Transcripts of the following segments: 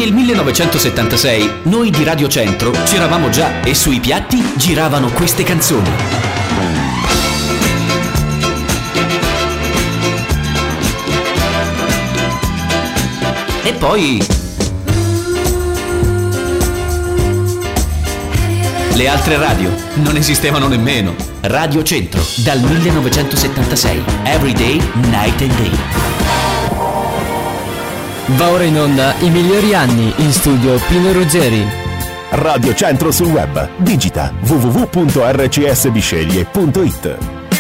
nel 1976 noi di Radio Centro c'eravamo già e sui piatti giravano queste canzoni. E poi le altre radio non esistevano nemmeno. Radio Centro dal 1976. Every day, night and day. Va ora in onda I migliori anni, in studio Pino Ruggeri. Radio Centro sul web. Digita www.rcsbisceglie.it.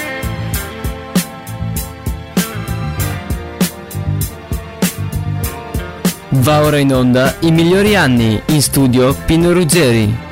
Va ora in onda I migliori anni, in studio Pino Ruggeri.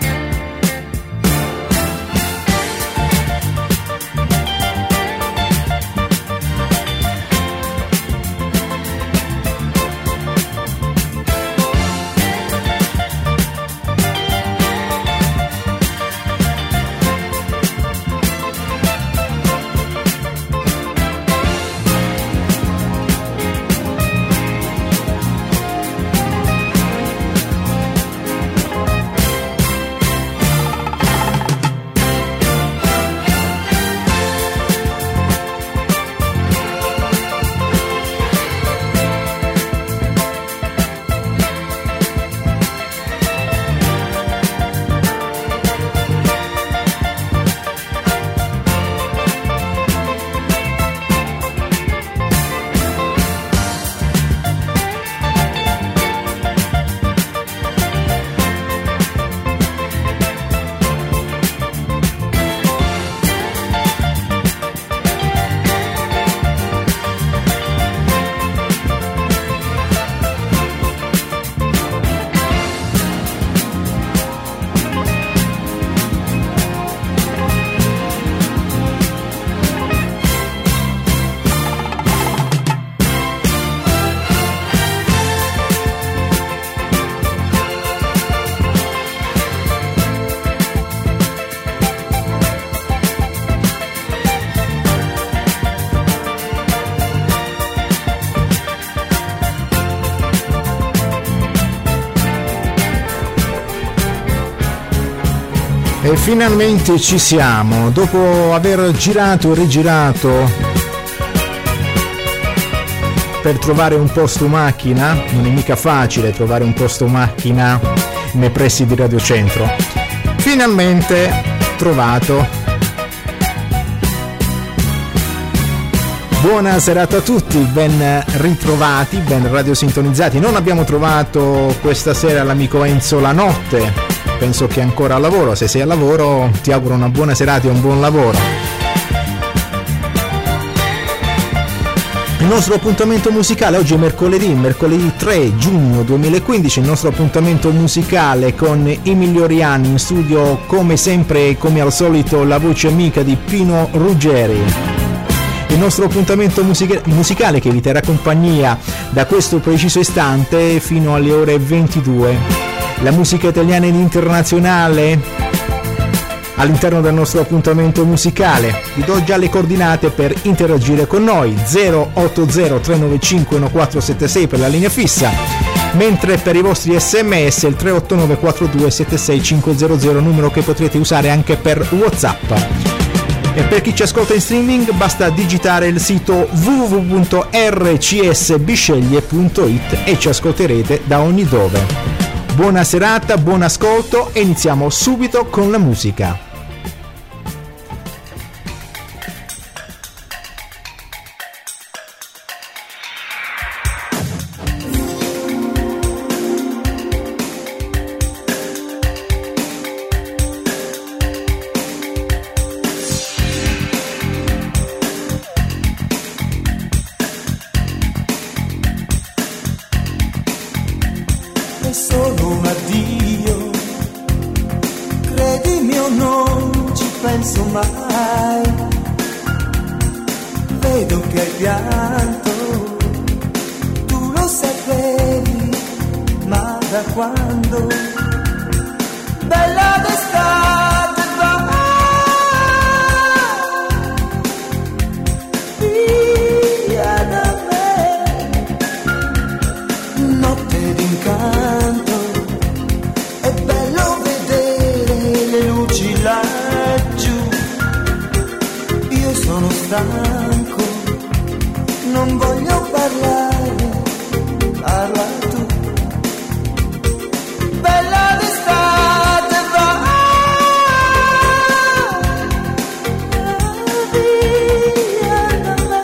E finalmente ci siamo, dopo aver girato e rigirato per trovare un posto macchina. Non è mica facile trovare un posto macchina nei pressi di Radio Centro. Finalmente trovato. Buona serata a tutti, ben ritrovati, ben radiosintonizzati. Non abbiamo trovato questa sera l'amico Enzo la notte. Penso che è ancora al lavoro. Se sei al lavoro ti auguro una buona serata e un buon lavoro. Il nostro appuntamento musicale oggi è mercoledì 3 giugno 2015, il nostro appuntamento musicale con I migliori anni, in studio come sempre e come al solito la voce amica di Pino Ruggeri. Il nostro appuntamento musicale che vi terrà compagnia da questo preciso istante fino alle ore 22. La musica italiana ed internazionale all'interno del nostro appuntamento musicale. Vi do già le coordinate per interagire con noi: 080 395 1476 per la linea fissa, mentre per i vostri sms il 389 42 76 500, numero che potrete usare anche per WhatsApp. E per chi ci ascolta in streaming basta digitare il sito www.rcsbisceglie.it e ci ascolterete da ogni dove. Buona serata, buon ascolto e iniziamo subito con la musica. È solo un addio, credimi o non ci penso mai. Vedo che hai pianto, tu lo sapevi, ma da quando? Bella d'estate va via da me, notte d'incanto. stanco, non voglio parlare, parla tu. Bella d'estate va via da me,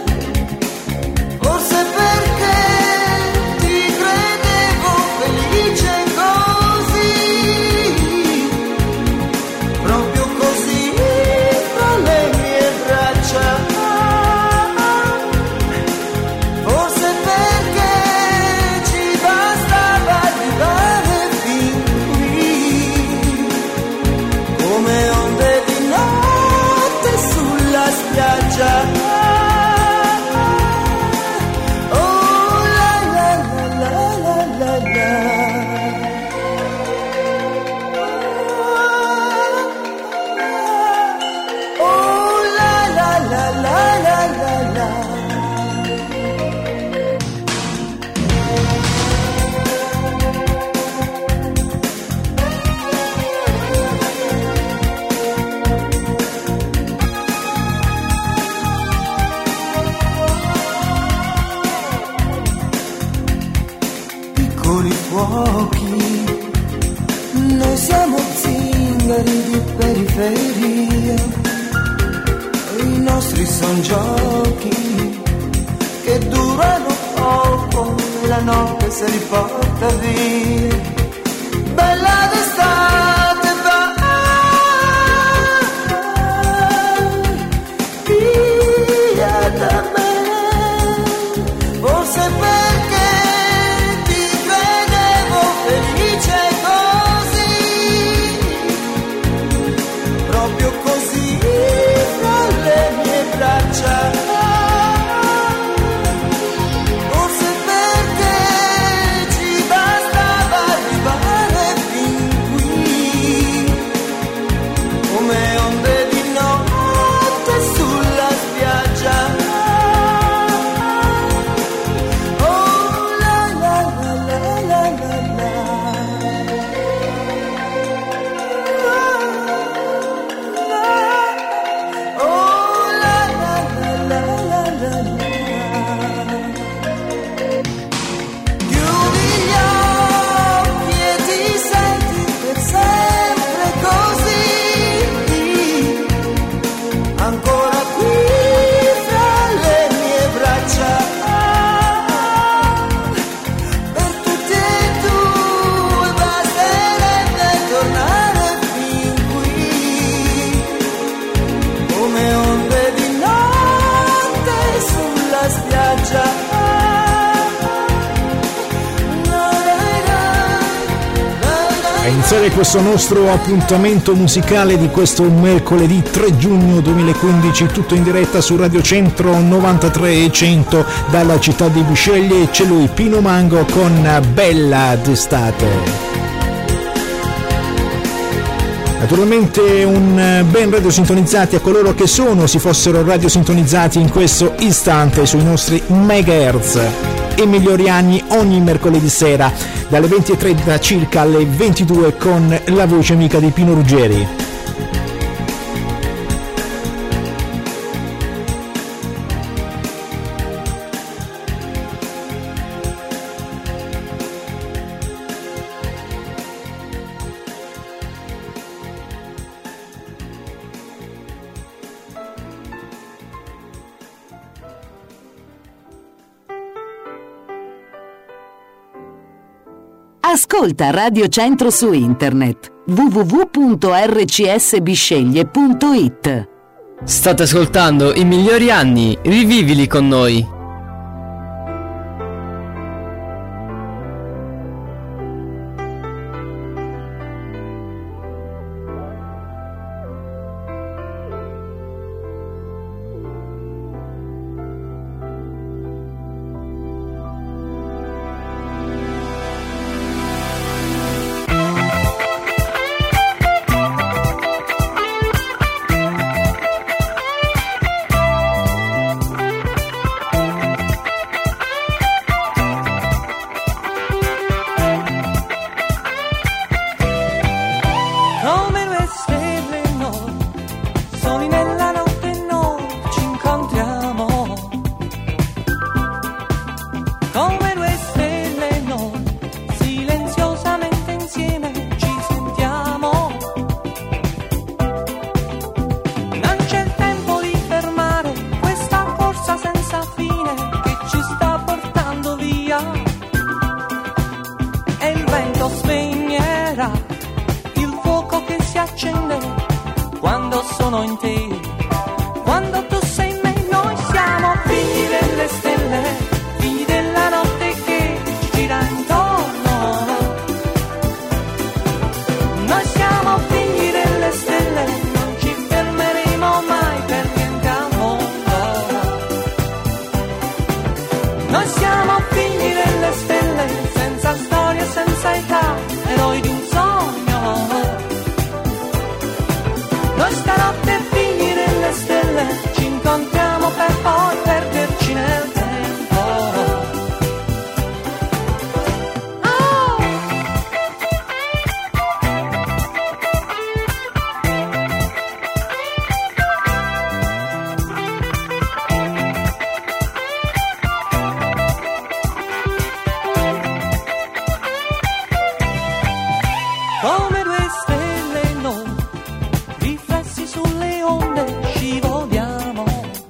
forse perché ti credevo felice così, proprio così fra le mie braccia. Forse perché ci bastava arrivare fin qui, come onde di notte sulla spiaggia. Oh la la la la la la la. Oh la la la la la la la. Piccoli fuochi, noi siamo zingari di periferia, i nostri son giochi che durano poco e la notte se li porta via. Bella d'estate va via da me, forse perché ti credevo felice così, proprio così fra le mie braccia. Forse perché ci bastava arrivare fin qui, come onde di notte sulla spiaggia. Oh la la la la la la la. Oh la la la la la la la. Chiudi gli occhi e ti senti per sempre così, ancora qui fra le mie braccia. Per tutti e due basterebbe tornare fin qui, come onde di notte sulla spiaggia. A iniziare questo nostro appuntamento musicale di questo mercoledì 3 giugno 2015, tutto in diretta su Radio Centro 93.100 dalla città di Bisceglie. C'è lui, Pino Mango, con Bella d'estate. Naturalmente un ben radio sintonizzati a coloro che si fossero radio sintonizzati in questo istante sui nostri megahertz. I migliori anni ogni mercoledì sera dalle 20:30 circa alle 22 con la voce amica di Pino Ruggeri. Ascolta Radio Centro su internet www.rcsbisceglie.it. State ascoltando i migliori anni, rivivili con noi. accende quando sono in te, quando tu sei in me. Noi siamo figli delle stelle, figli della notte che ci gira intorno. Noi siamo figli delle stelle, non ci fermeremo mai per niente al mondo. Noi siamo figli delle stelle, senza storia, senza età, eroi di un sogno. Noi stanotte figli delle stelle, ci incontriamo per poi perderci nel tempo. Oh! Come due stelle noi, riflessi sulle onde, scivoliamo.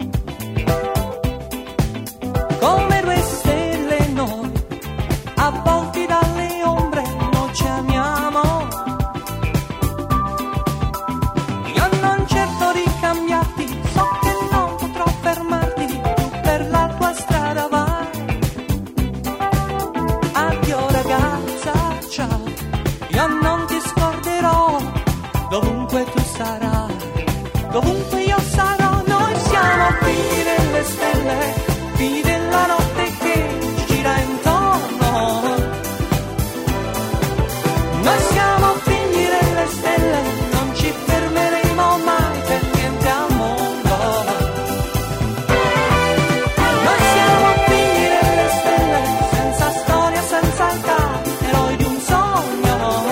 Come due stelle noi, avvolti dalle ombre, noi ci amiamo. Io non cerco di cambiarti, so che non potrò fermarti, tu per la tua strada vai. Addio ragazza, ciao, io non ti scorderò, dovunque tu sarai, dovunque io sarò. Noi siamo figli delle stelle, figli della notte che ci gira intorno. Noi siamo figli delle stelle, non ci fermeremo mai per niente al mondo. Noi siamo figli delle stelle, senza storia, senza età, eroi di un sogno.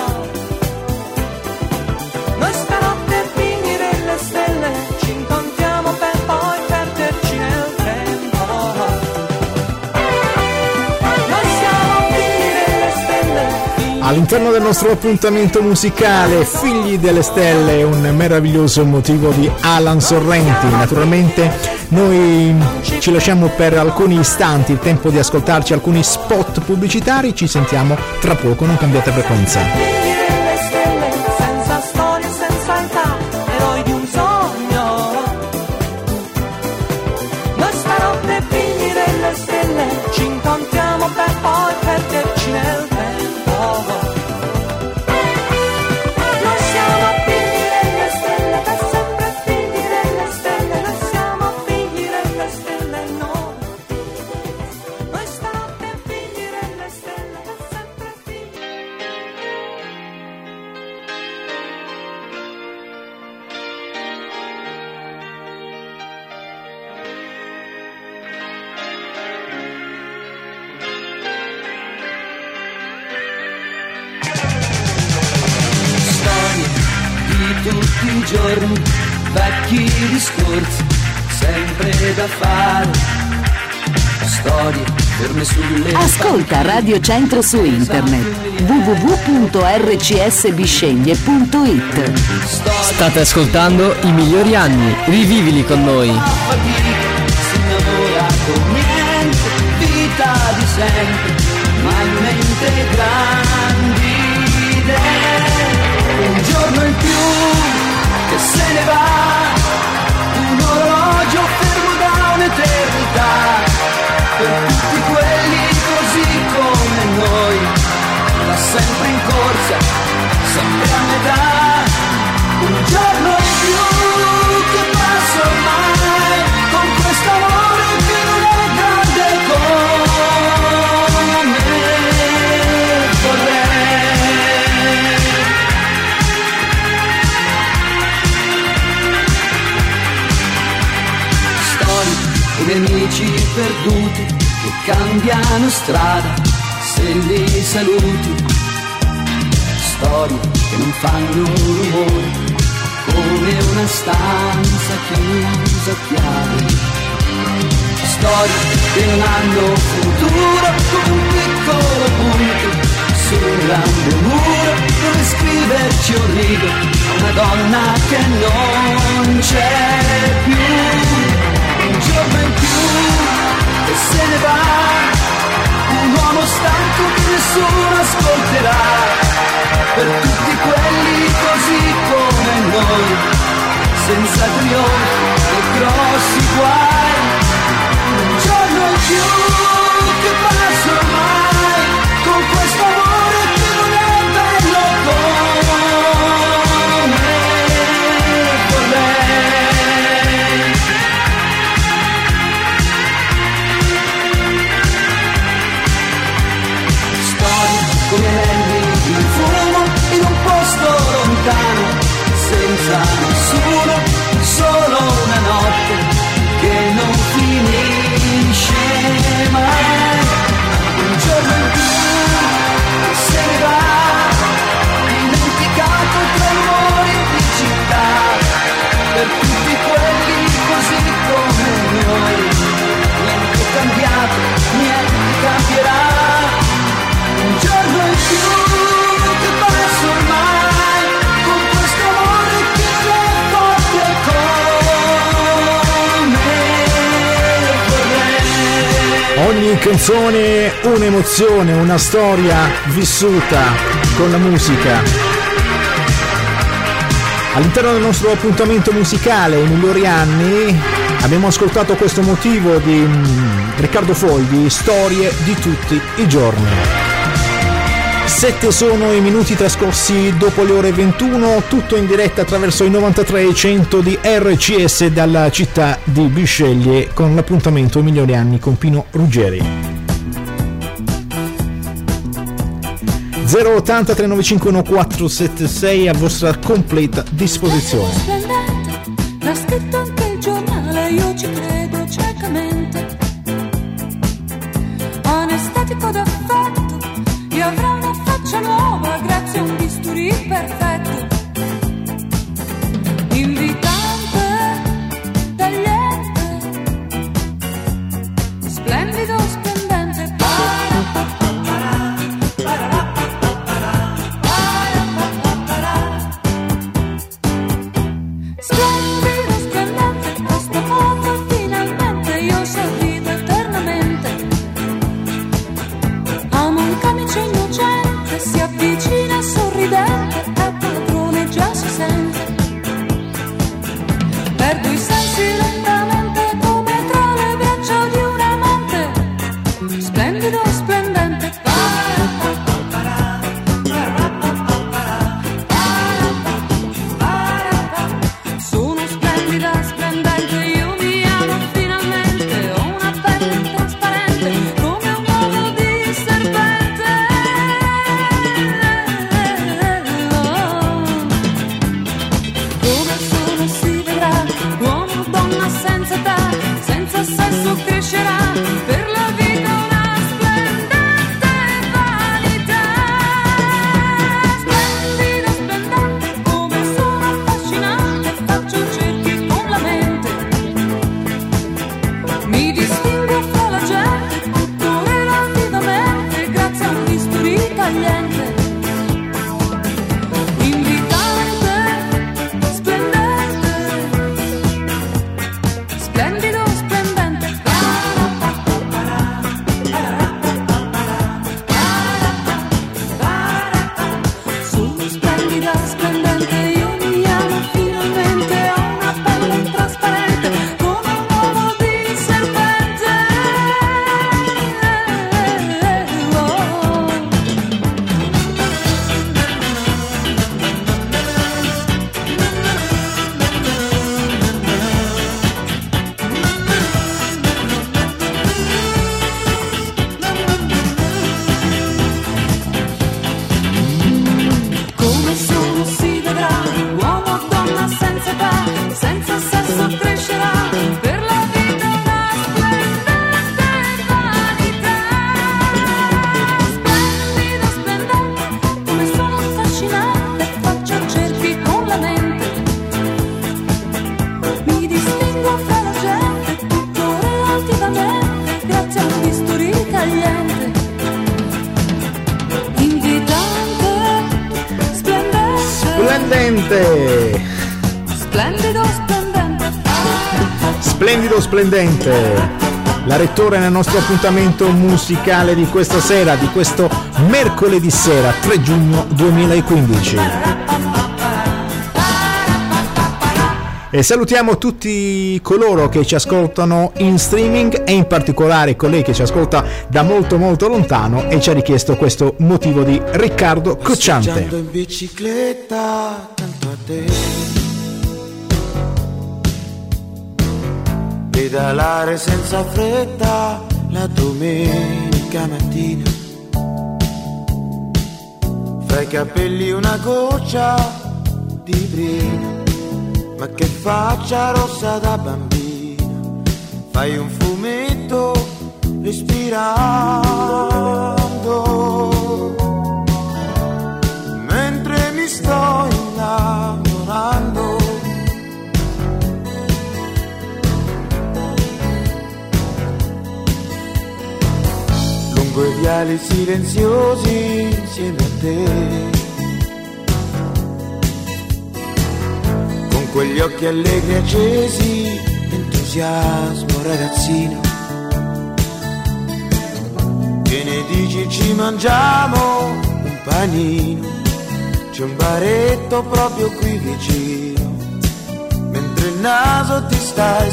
Noi stanotte figli delle stelle, ci incontriamo per poi perderci nel tempo. Noi siamo figli delle stelle, All'interno del nostro appuntamento musicale Figli delle Stelle, un meraviglioso motivo di Alan Sorrenti. Naturalmente noi ci lasciamo per alcuni istanti, il tempo di ascoltarci alcuni spot pubblicitari. Ci sentiamo tra poco, non cambiate frequenza. figli delle stelle, senza storia, senza età, eroi di un sogno. Noi stanotte figli delle stelle, ci incontriamo per poi perderci nel tempo. Noi siamo figli delle stelle, per sempre figli delle stelle. Noi siamo figli delle stelle, noi. Noi stanotte figli delle stelle, per sempre figli. Storie di tutti i giorni, vecchi discorsi, sempre da fare. Storie ferme sulle Ascolta Radio Centro su internet www.rcsbisceglie.it. State ascoltando i migliori anni, rivivili con noi. fatica, si innamora con niente, vita di sempre, ma in mente grandi idee. Un giorno in più che se ne va, un orologio fermo da un'eternità, per tutti quelli così come noi, da sempre in corsa, sempre a metà. Un giorno in più che passa ormai, con questo amore che non è grande come vorrei. Storie di nemici perduti che cambiano strada se li saluti. Storie che non fanno rumore, come una stanza chiusa a chiave. Storie che non hanno futuro, come un piccolo punto su un grande muro dove scriverci un rigo a una donna che non c'è più. Un giorno in più che se ne va, un uomo stanco che nessuno ascolterà, per tutti quelli così come trionfi e grossi guai. Un giorno in più che passo ormai con questo amore che non è bello come vorrei. Storie come anelli di fumo in un posto lontano, senza nessuno, solo una notte che non finisce mai. Un giorno in più se ne va, dimenticato tra i muri di città, per tutti quelli così come noi. Niente è cambiato, niente cambierà. Un giorno in più che passo ormai con questo amore che non è forte come vorrei. Ogni canzone un'emozione, una storia vissuta con la musica. All'interno del nostro appuntamento musicale, i migliori anni, abbiamo ascoltato questo motivo di Riccardo Foldi, Storie di tutti i giorni. 7 sono i minuti trascorsi dopo le ore 21, tutto in diretta attraverso i 93.100 di RCS dalla città di Bisceglie con l'appuntamento I migliori anni con Pino Ruggeri. 080 395 1476 a vostra completa disposizione. L'ha scritto anche il giornale, io ci credo ciecamente. Anestetico d'affetto, io avrò una faccia nuova grazie a un bisturi perfetto. Invitante, tagliente, splendido, splendente. Splendido, splendente, questo modo finalmente io sorrido eternamente. Amo un camice innocente, si avvicina sorridente, è padrone già si sente. Perdo i sensi lentamente come tra le braccia di un amante. Splendido, splendente. Sono splendida, splendente, io mi amo finalmente. Ho una pelle trasparente come un uovo di serpente. Come sono si vedrà, uomo o donna senza età, senza sesso crescerà, per la vita una splendente vanità. Splendido, splendente, come sono affascinante, faccio cerchi con la mente. Mi distingo fra la gente, tutto relativamente, grazie a un bisturi tagliente. Invitante, splendente, splendido, splendente. Sono splendida, splendente, io mi amo finalmente. Ho una pelle trasparente come un uovo di serpente. Come sono si vedrà, uomo o donna senza età, senza sesso crescerà, per la vita una splendente vanità. Splendido, splendente, come sono affascinante, faccio cerchi con la mente. Mi distingo fra la gente, tutto relativamente, grazie a un bisturi tagliente. Invitante, splendente, Splendente! splendido, splendente. Splendido, splendente! La rettora nel nostro appuntamento musicale di questa sera, di questo mercoledì sera, 3 giugno 2015. E salutiamo tutti coloro che ci ascoltano in streaming e in particolare colei che ci ascolta da molto molto lontano e ci ha richiesto questo motivo di Riccardo Cocciante. Passeggiando in bicicletta accanto a te, pedalare senza fretta la domenica mattina, fra i capelli una goccia di brina, ma che faccia rossa da bambina, fai un fumetto respirando, mentre mi sto innamorando. Lungo i viali silenziosi insieme a te, quegli occhi allegri accesi, entusiasmo ragazzino, che ne dici ci mangiamo un panino, c'è un baretto proprio qui vicino, mentre il naso ti stai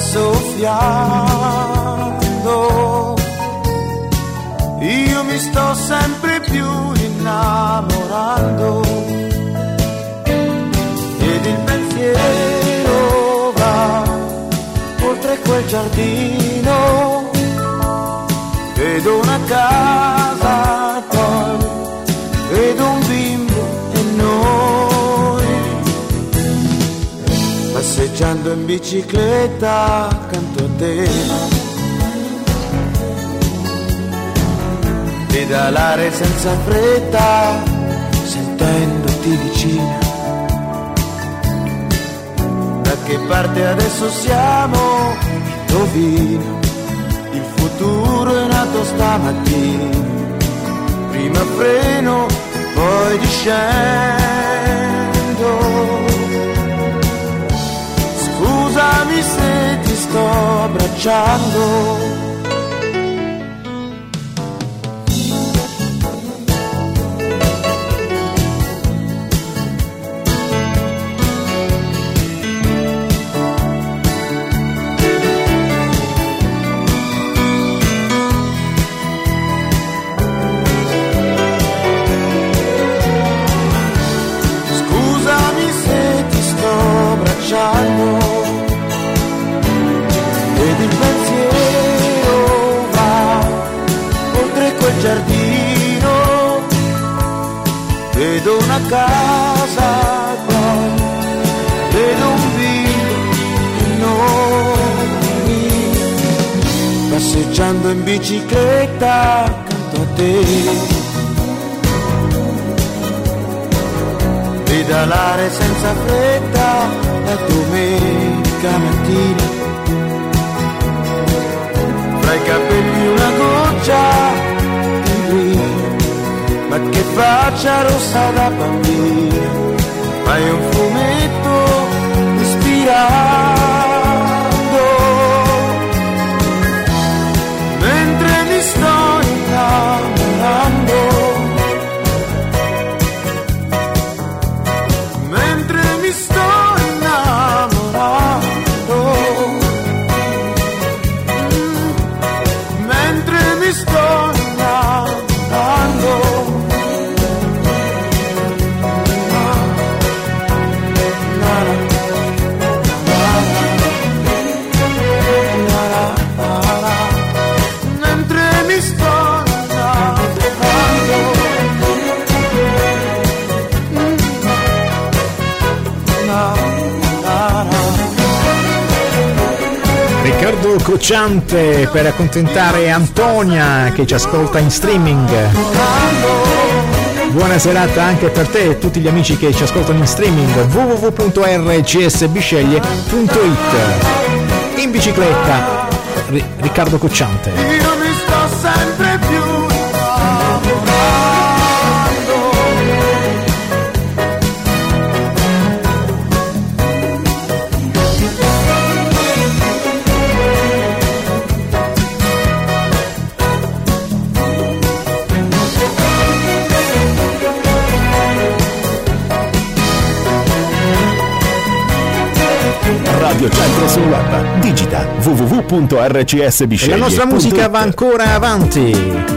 soffiando, io mi sto sempre più innamorando, ed il pensiero va oltre quel giardino, vedo una casa, poi vedo un bimbo e noi, passeggiando in bicicletta accanto a te, pedalare senza fretta, sentendoti vicina. Da che parte adesso siamo? Indovina, il futuro è nato stamattina, prima freno, poi discendo. Scusami se ti sto abbracciando. Ed il pensiero va oltre quel giardino, vedo una casa, poi vedo un bimbo e noi, passeggiando in bicicletta accanto a te, pedalare senza fretta la domenica mattina, fra i capelli una goccia di brina, ma che faccia rossa da bambina, fai un fumetto respirando, mentre mi sto innamorando. Riccardo Cocciante per accontentare Antonia che ci ascolta in streaming. Buona serata anche per te e tutti gli amici che ci ascoltano in streaming. www.rcsbisceglie.it. In bicicletta Riccardo Cocciante. Io mi sto sempre più Radio Centro sul web. Digita www.rcsbisceglie.it. E la nostra musica va ancora avanti.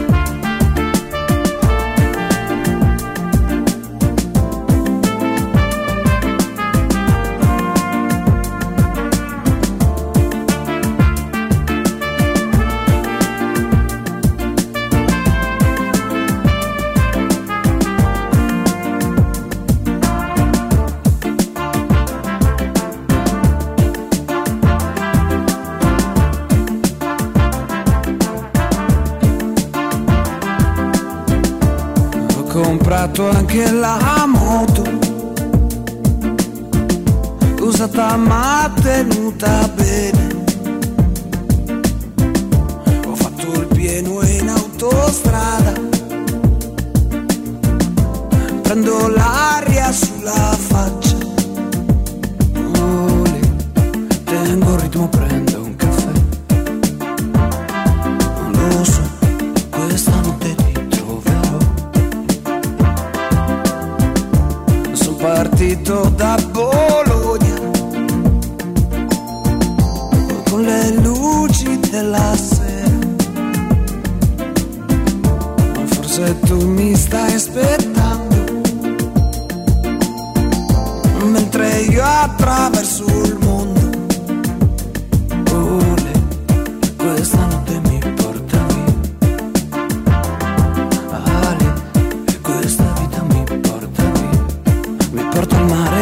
Anche la moto usata ma tenuta bene, ho fatto il pieno in autostrada, prendo l'aria sulla faccia, oh, lì, tengo il ritmo, prendo un caffè, lo so, questa notte partito da Bologna con le luci della sera, ma forse tu mi stai aspettando mentre io attraverso il mondo, oh, questa notte mi porta via, questa vita mi porta via, mi porta al mare,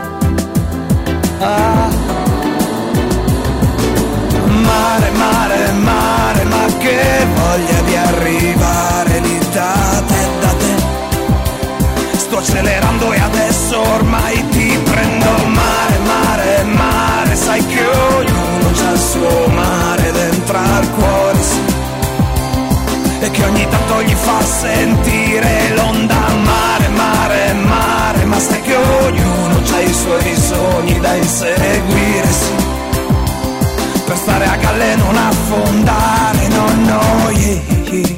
mare, mare, mare, ma che voglia di arrivare lì da te, sto accelerando e adesso ormai ti prendo, mare, mare, mare, sai che ognuno c'ha il suo mare dentro al cuore, sì, e che ogni tanto gli fa sentire l'onda, mare, mare, mare, ma sai che ognuno c'ha i suoi sogni da inseguire, sì, per stare a galla e non affondare, no, no, yeah.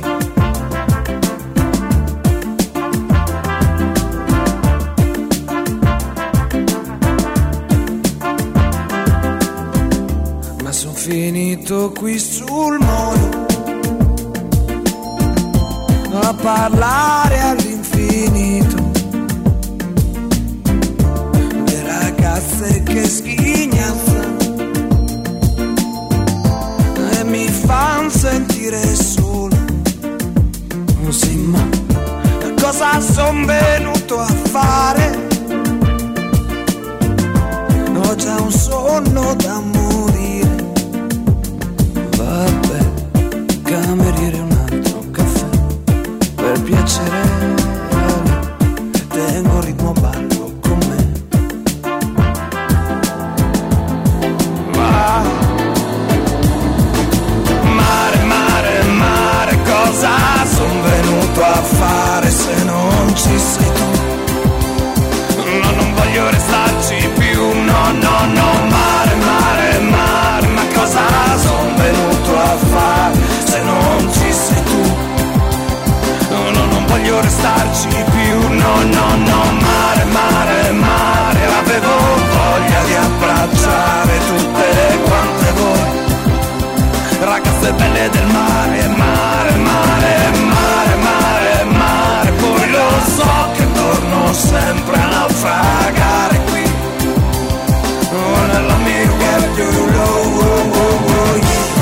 Ma son finito qui sul molo a parlare all'infinito, le ragazze che schignazzano e mi fan sentire solo, sì, ma cosa son venuto a fare? Ho già un sonno da morire, vabbè, cameriere, un altro caffè per piacere, tengo il ritmo, ballo con me, mare, mare, mare, cosa son venuto a fare se non ci sei tu? No, non voglio restarci più, no, no, no, mare, mare, mare, ma cosa son venuto a fare se non ci sei tu? No, no, non voglio restarci più, no, no, no, mare, mare, mare, avevo voglia di abbracciare tutte quante voi, ragazze belle del mare, mare, mare, mare, mare, mare, poi lo so che torno sempre a naufragare qui, oh, nella mia world, yeah.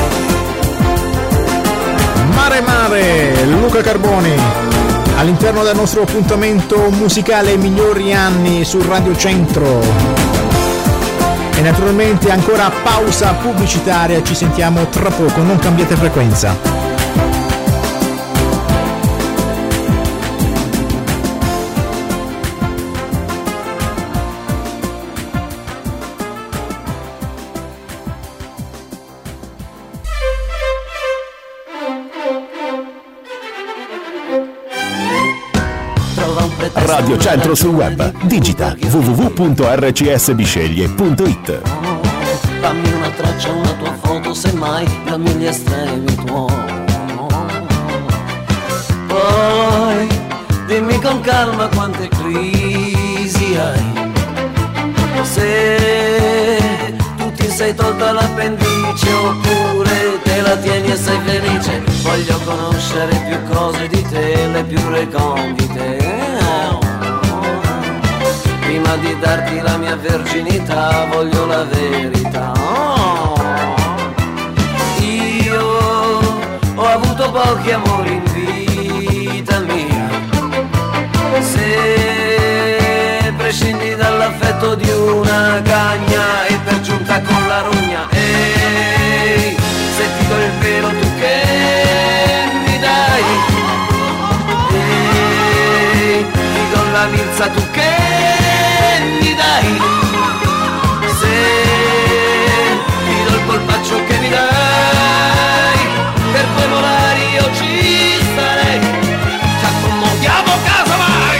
Mare Mare, Luca Carboni, all'interno del nostro appuntamento musicale Migliori anni su Radio Centro. E naturalmente ancora pausa pubblicitaria, ci sentiamo tra poco, non cambiate frequenza. Radio Centro sul web. Digita www.rcsbisceglie.it. Dammi una traccia, una tua foto, semmai dammi gli estremi tuoi. Poi dimmi con calma quante crisi hai. Se tutti sei tolta l'appendice oppure te la tieni e sei felice. Voglio conoscere più cose di te, le più recondite. Prima di darti la mia verginità voglio la verità. Io ho avuto pochi amori in vita mia. Se prescindi dall'affetto di una cagna e per giunta con la rogna, ehi, se ti do il velo tu che mi dai, ehi, ti do la milza tu che mi dai, se ti do il colpaccio che mi dai, per poi volare io ci starei, ci accomodiamo casomai.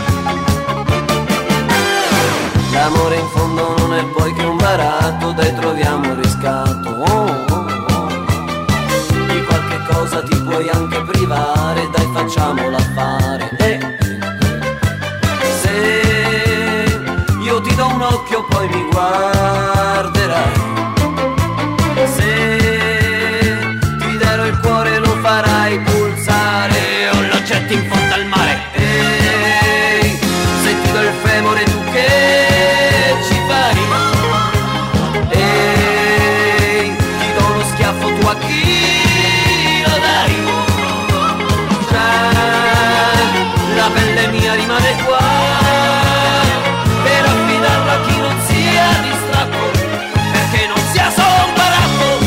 L'amore in fondo non è poi che un baratto, dai troviamo il riscatto. Di qualche cosa ti puoi anche privare, dai facciamo l'affare. Se io ti do un occhio poi mi guarderai, se ti darò il cuore lo farai pulsare o lo getti in fondo al mare. Ehi, se ti do il femore tu che ci fai, ehi, ti do uno schiaffo tu a chi lo dai. Già la pelle mia rimane qua per affidarla a chi non sia distratto, perché non sia solo un baratto.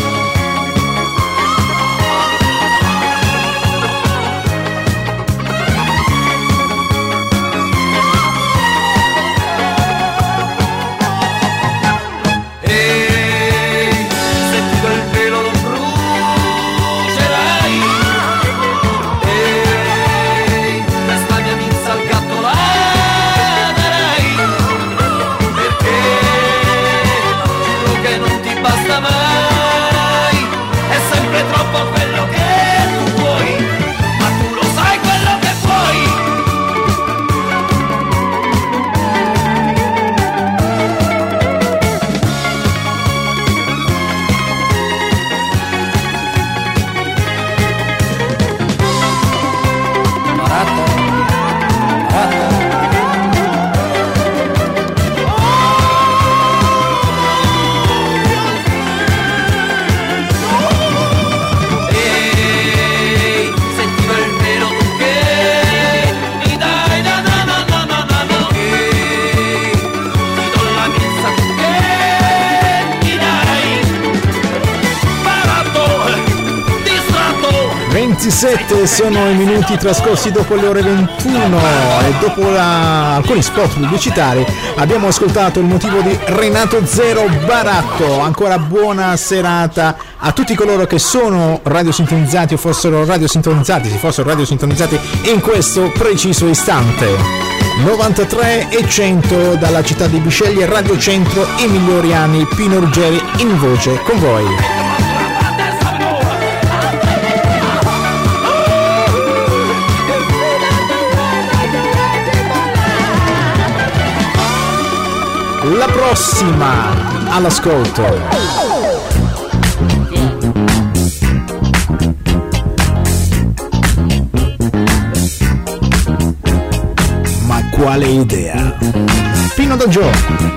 Ehi, se ti do il velo lo brucerai, ehi, questa mia milza al gatto la darai, perché giuro che non ti basta mai, è sempre troppo quello che tu vuoi, ma tu lo sai quello che vuoi. Ehi, senti il velo tu che mi dai, na na na na na na na. Ehi, ti do la milza tu che mi dai. Baratto, distratto. 27 sono i minuti trascorsi dopo le ore 21 e dopo alcuni spot pubblicitari abbiamo ascoltato il motivo di Renato Zero Baratto. Ancora buona serata a tutti coloro che sono radiosintonizzati o si fossero radiosintonizzati in questo preciso istante. 93 e 100 dalla città di Bisceglie, Radio Centro, i migliori anni, Pino Ruggeri in voce con voi. La prossima all'ascolto. Ma quale idea? Pino Doggio.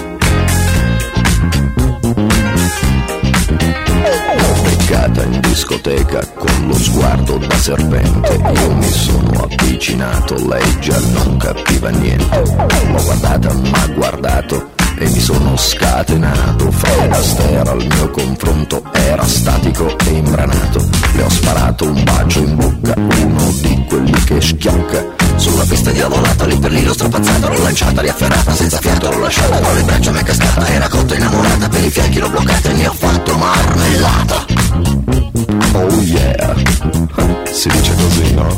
Beccata in discoteca con lo sguardo da serpente, io mi sono avvicinato, lei già non capiva niente. L'ho guardata, m'ha guardato e mi sono scatenato. Fred Astaire al mio confronto era statico e imbranato. Le ho sparato un bacio in bocca, uno di quelli che schiocca. Sulla pista di volata, lì per lì l'ho strapazzata, l'ho lanciata, riafferrata, senza fiato l'ho lasciata, con le braccia mi è cascata, era cotta innamorata, per i fianchi l'ho bloccata e ne ho fatto marmellata. Oh yeah, si dice così, no?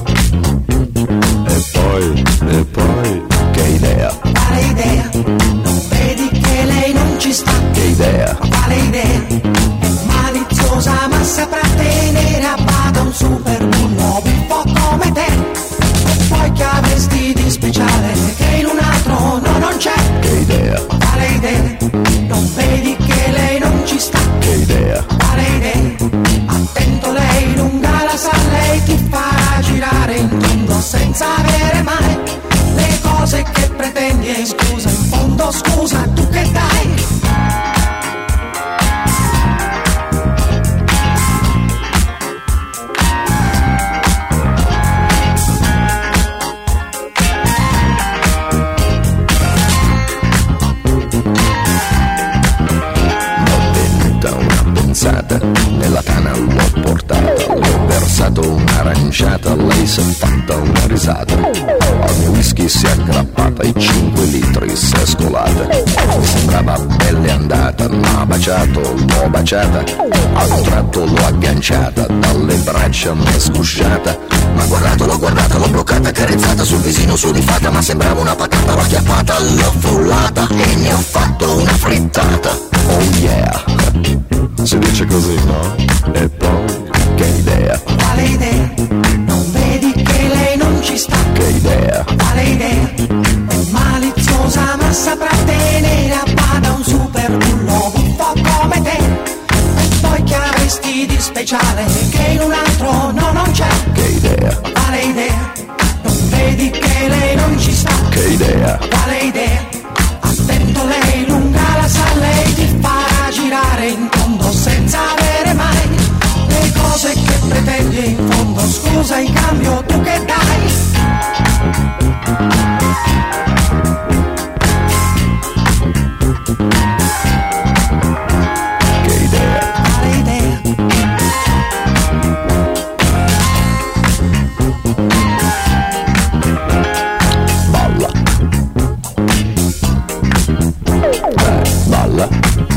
E poi, che idea? Quale idea? Non vedi che lei non ci sta? Che idea? Quale idea? È maliziosa ma saprà tenere a bada un super bullo un po' come te. E poi che avresti di speciale che in un altro no non c'è? Che idea? Quale idea? Non vedi che lei non ci spezzato un'aranciata, lei si è fatta una risata. Al mio whisky si è aggrappata e 5 litri si è scolata. Mi sembrava pelle andata, m'ha baciato, l'ho baciata. A un tratto l'ho agganciata, dalle braccia m'è sgusciata. Ma guardato, l'ho guardata, l'ho bloccata, carezzata sul visino sudifata. Ma sembrava una patata, l'ho acchiappata, l'ho frullata e ne ho fatto una frittata. Oh yeah, si dice così, no? E poi, che idea? Quale idea? Non vedi che lei non ci sta? Che idea? Quale idea? È maliziosa ma saprà tenere a bada un super bullo buffo come te. E poi che avresti di speciale che in un altro no non c'è? Che idea? Quale idea? Non vedi che lei non ci sta? Che idea? Quale idea? Attento, lei lunga la sa, lei ti farà girare in tondo senza avere mai le cose che pretendi in fondo. Scusa, in cambio tu che dai? Che idea? Quale idea? Balla. Balla.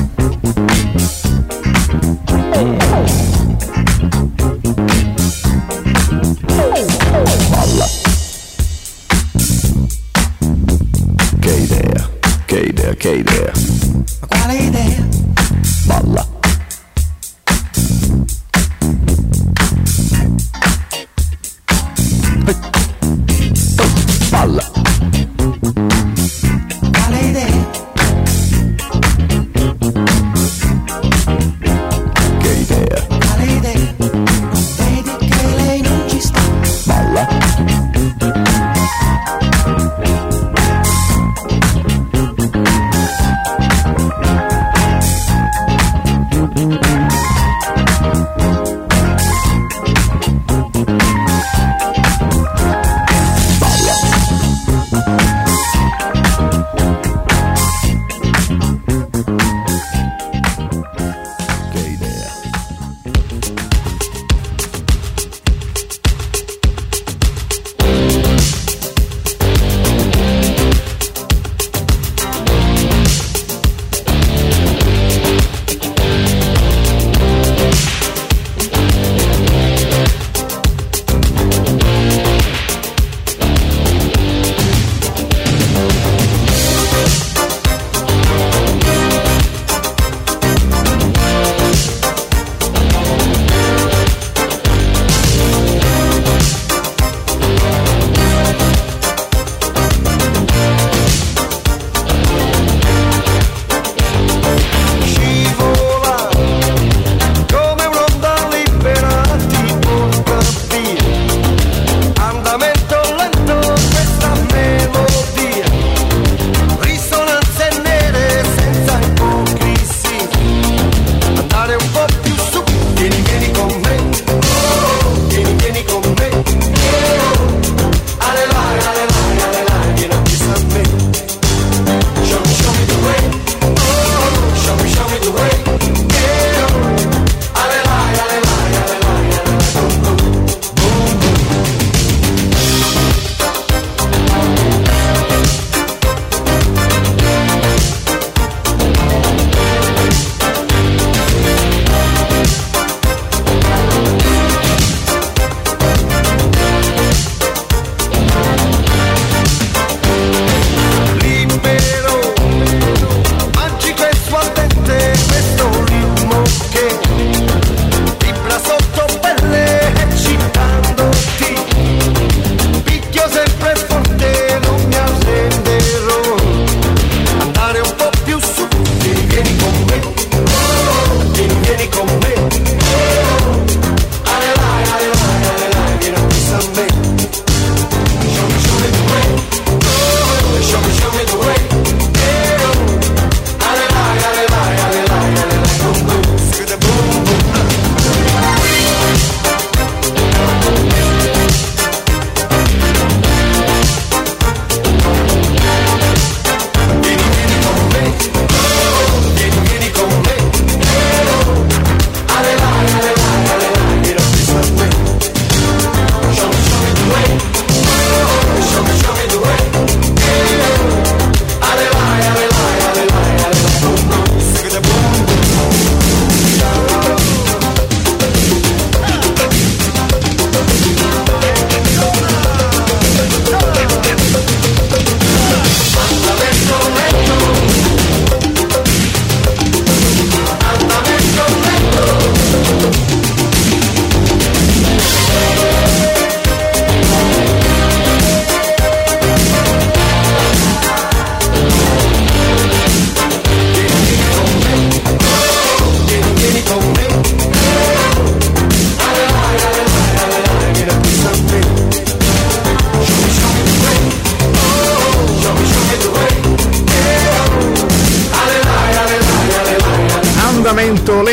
Balla. Che idea? Che idea? Che idea? Ma quale idea? Balla. Balla. Quale idea? Che idea? Quale idea? Non vedi che lei non ci sta? Balla.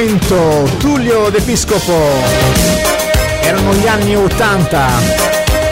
Appuntamento Tullio D'Episcopo. Erano gli anni 80.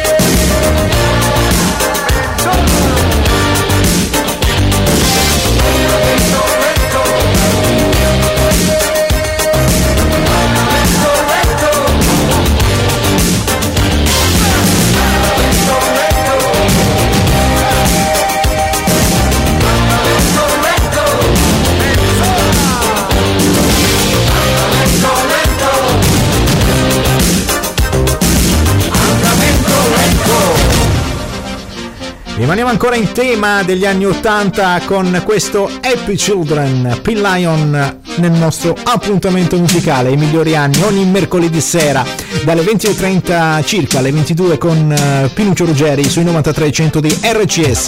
Rimaniamo ancora in tema degli anni 80 con questo Happy Children, Pin Lion, nel nostro appuntamento musicale, i migliori anni, ogni mercoledì sera dalle 20:30 circa alle 22 con Pinuccio Ruggeri sui 93.100 di RCS.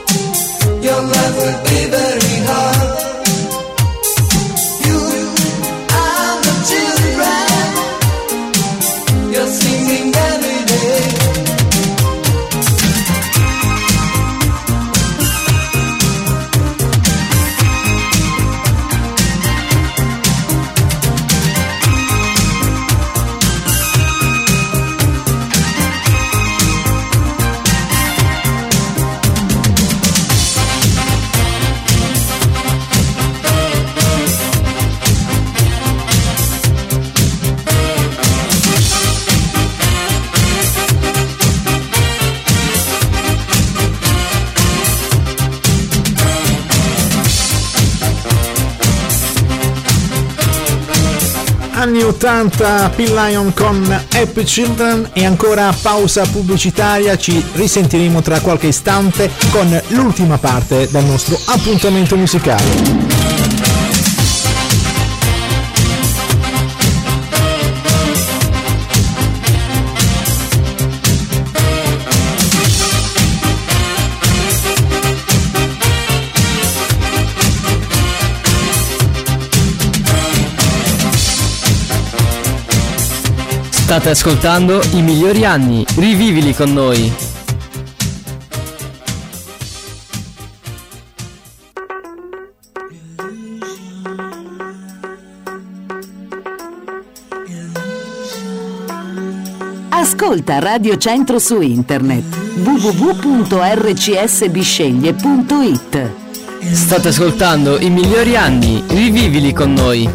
Your life will be very hard. You anni 80, Phil Lyon con Happy Children, e ancora pausa pubblicitaria. Ci risentiremo tra qualche istante con l'ultima parte del nostro appuntamento musicale. State ascoltando i migliori anni, rivivili con noi. Ascolta Radio Centro su internet www.rcsbisceglie.it. State ascoltando i migliori anni, rivivili con noi.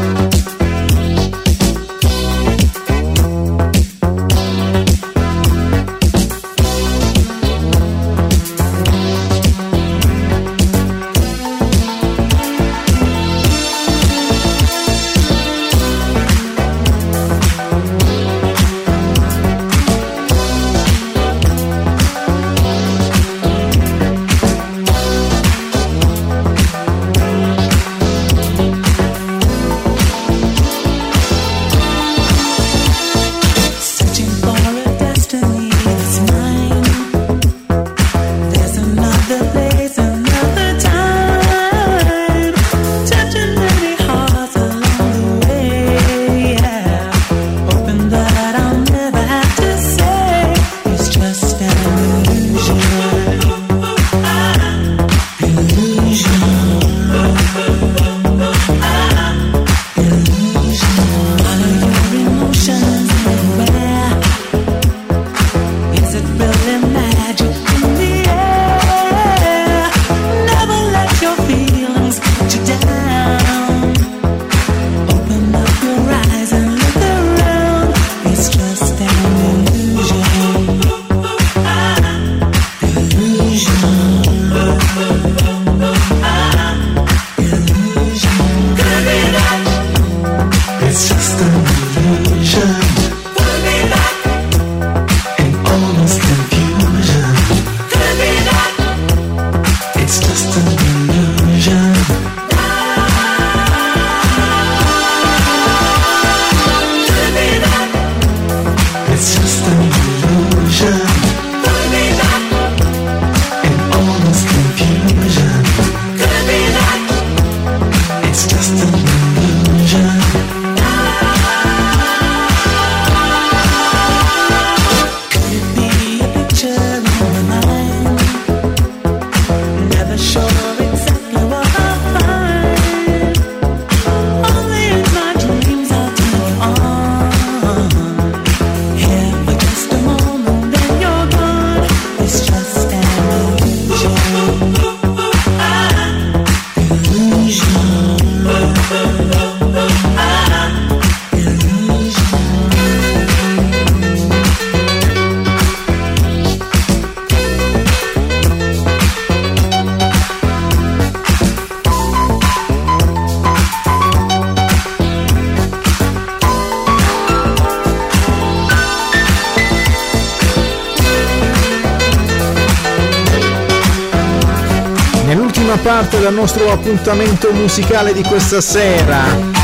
Parte del nostro appuntamento musicale di questa sera,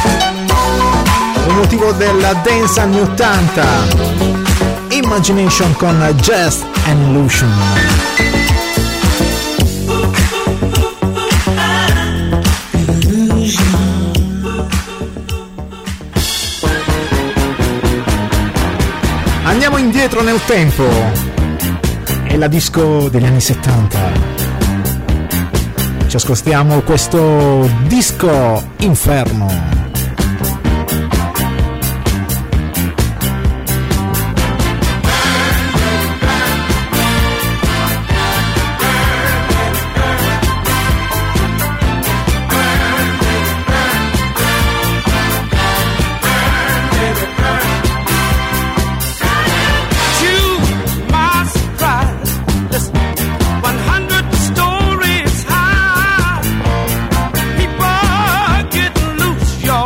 con motivo della dance anni 80, Imagination con Just an Illusion. Andiamo indietro nel tempo, è la disco degli anni 70. Ci ascoltiamo questo disco Inferno. Your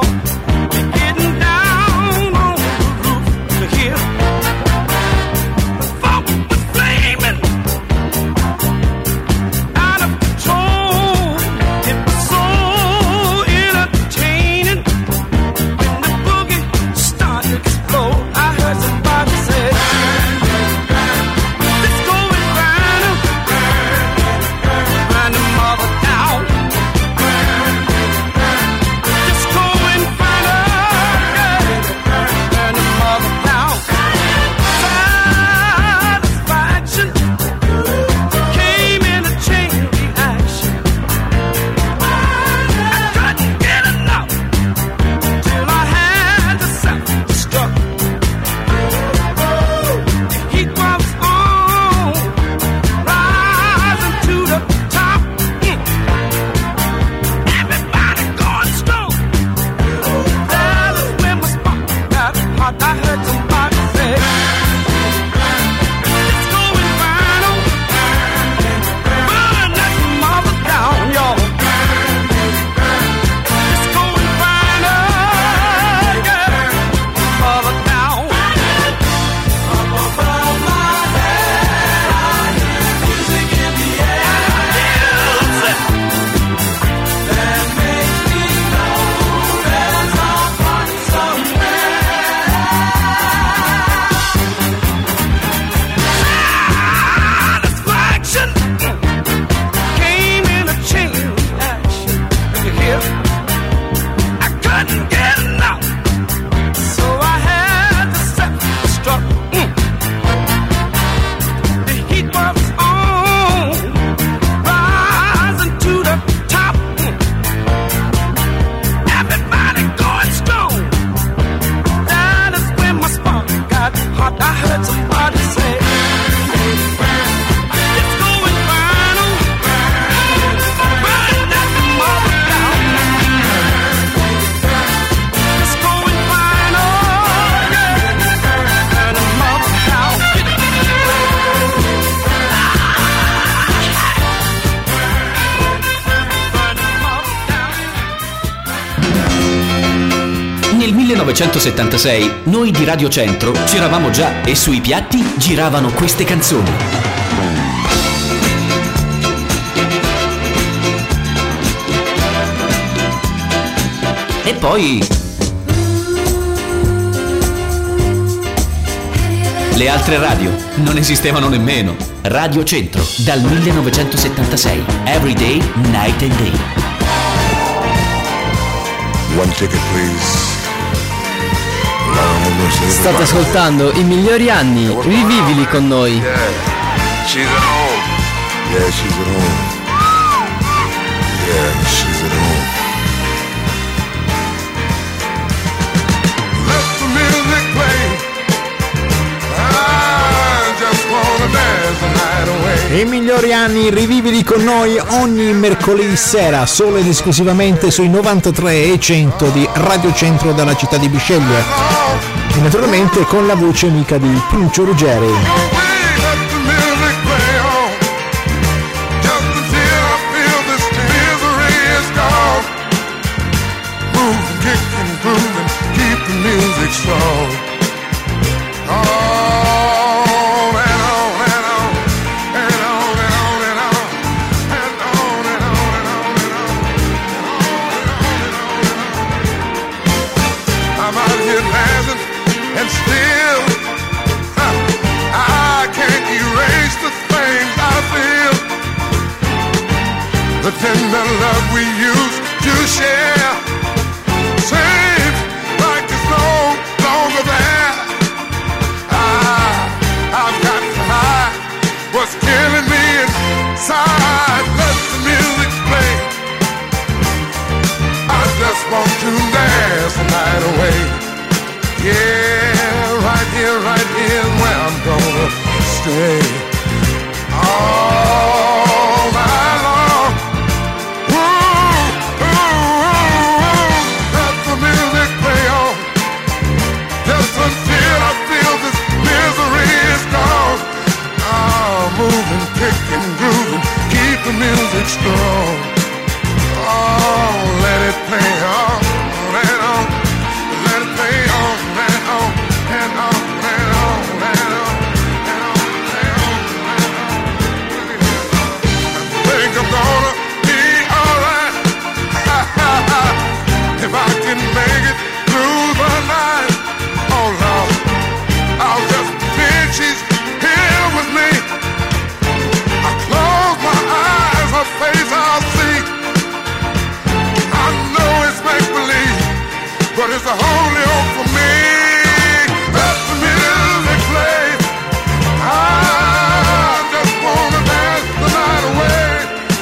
1976 noi di Radio Centro c'eravamo già e sui piatti giravano queste canzoni. E poi le altre radio non esistevano nemmeno. Radio Centro dal 1976. Every day, night and day. One ticket, please. State ascoltando i migliori anni, rivivili con noi. Yeah, she's at home. Yeah, she's at home. Yeah, she's at home. Let the music play. I just wanna dance the night away. I migliori anni, rivivili con noi ogni mercoledì sera, solo ed esclusivamente sui 93 e 100 di Radio Centro dalla città di Bisceglie. E naturalmente con la voce amica di Pincio Ruggeri. The tender love we used to share seems like it's no longer there. I've got to hide what's killing me inside. Let the music play. I just want to dance the night away. Yeah, right here is where I'm gonna stay. All night long. The music strong. Oh, let it play on and on. Let it play on and on and on and on and on and on and on and on. I think I'm gonna be alright if I can make it through the night. Oh Lord, I'll just pretend she's here with me. Her face I'll see. I know it's make-believe, but it's the only hope for me. Let the music play. I just wanna dance the night away.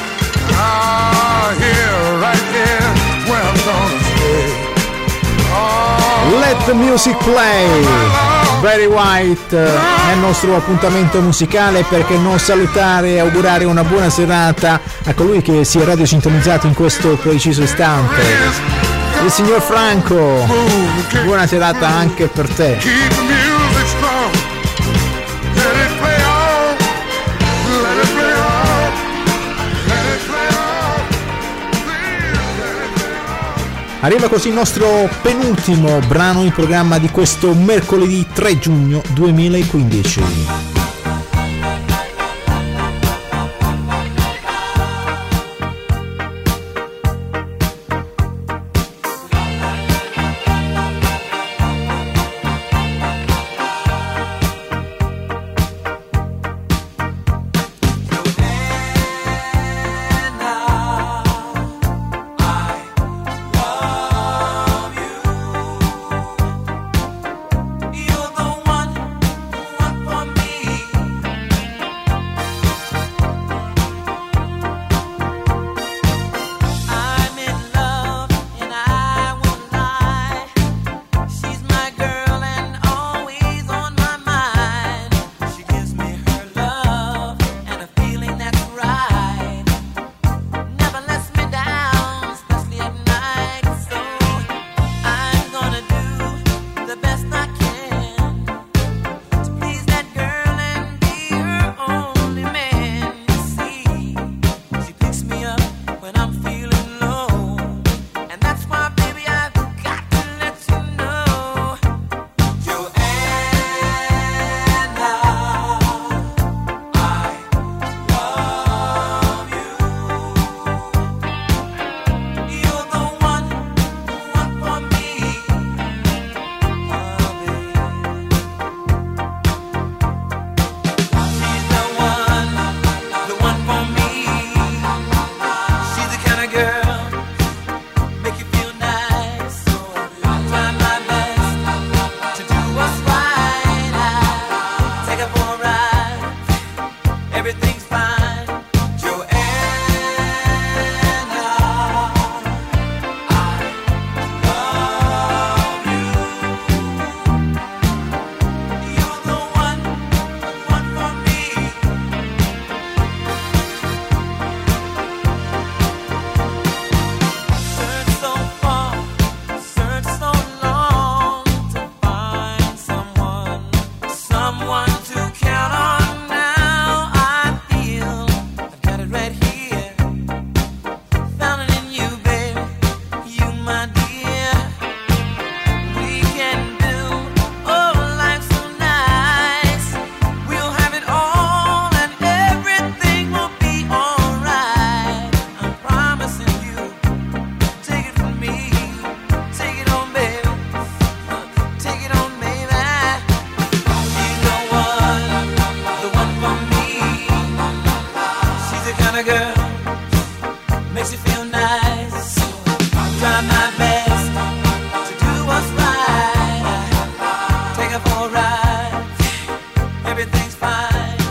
Here, right here, where I'm gonna stay. Oh, Let the music play. Barry White nel nostro appuntamento musicale, perché non salutare e augurare una buona serata a colui che si è radiosintonizzato in questo preciso istante, il signor Franco. Buona serata anche per te. Arriva così il nostro penultimo brano in programma di questo mercoledì 3 giugno 2015. You're the one for me. kind of girl makes you feel nice. So I'll try my best to do what's right. Take her for a ride, everything's fine.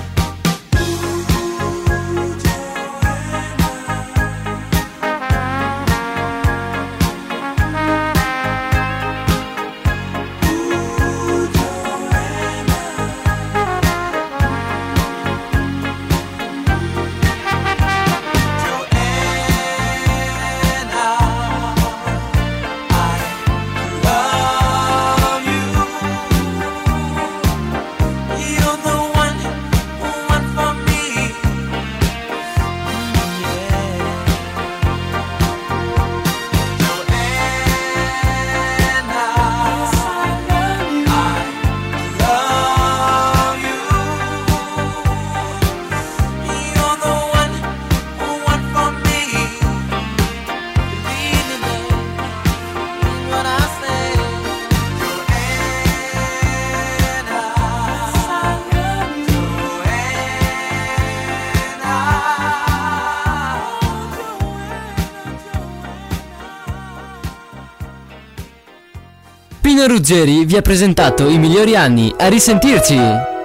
Pino Ruggeri vi ha presentato i migliori anni. A risentirci!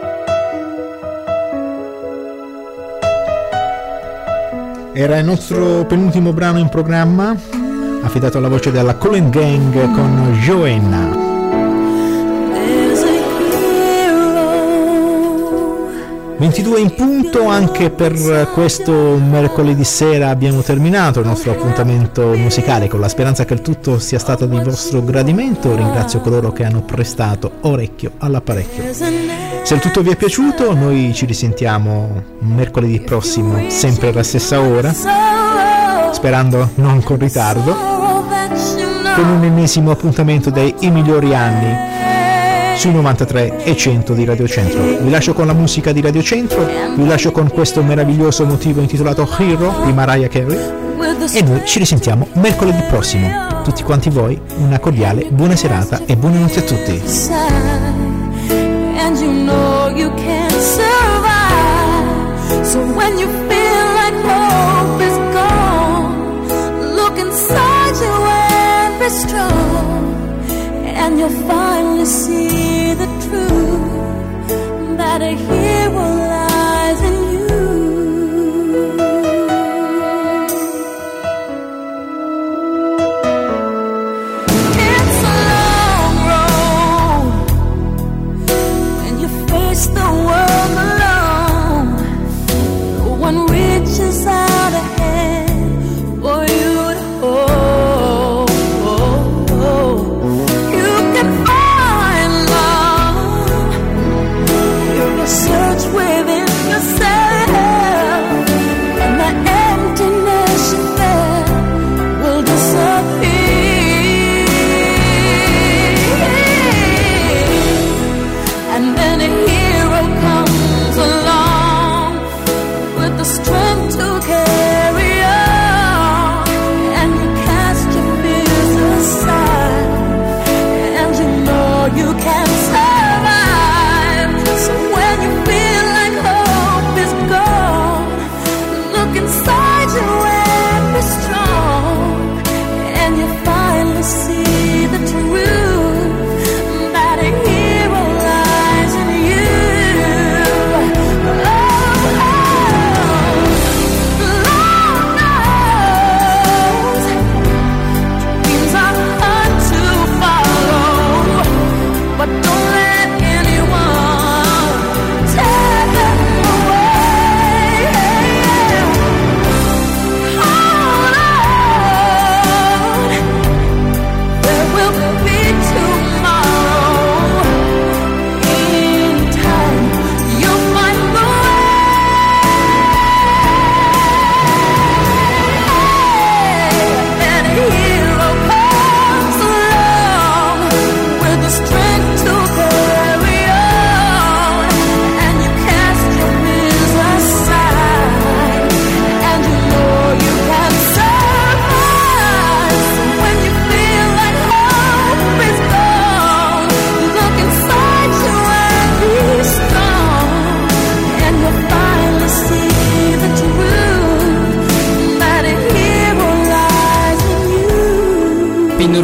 Era il nostro penultimo brano in programma, affidato alla voce della Colin Gang con Joanna. 22 in punto, anche per questo mercoledì sera abbiamo terminato il nostro appuntamento musicale, con la speranza che il tutto sia stato di vostro gradimento. Ringrazio coloro che hanno prestato orecchio all'apparecchio. Se il tutto vi è piaciuto, noi ci risentiamo mercoledì prossimo, sempre alla stessa ora, sperando non con ritardo, con un ennesimo appuntamento dei I migliori anni sui 93 e 100 di Radio Centro. Vi lascio con la musica di Radio Centro, vi lascio con questo meraviglioso motivo intitolato Hero di Mariah Carey, e noi ci risentiamo mercoledì prossimo. Tutti quanti voi una cordiale buona serata e buonanotte a tutti. And you know you can't survive. So when you feel like hope is gone, look inside you and be strong, and you'll finally see the truth, that a hero lies in you. It's a long road when you face the world alone. No one reaches out a hand for you to hold. You can find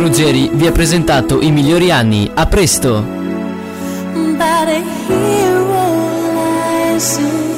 Ruggeri vi ha presentato I migliori anni. A presto! But I hear all I see.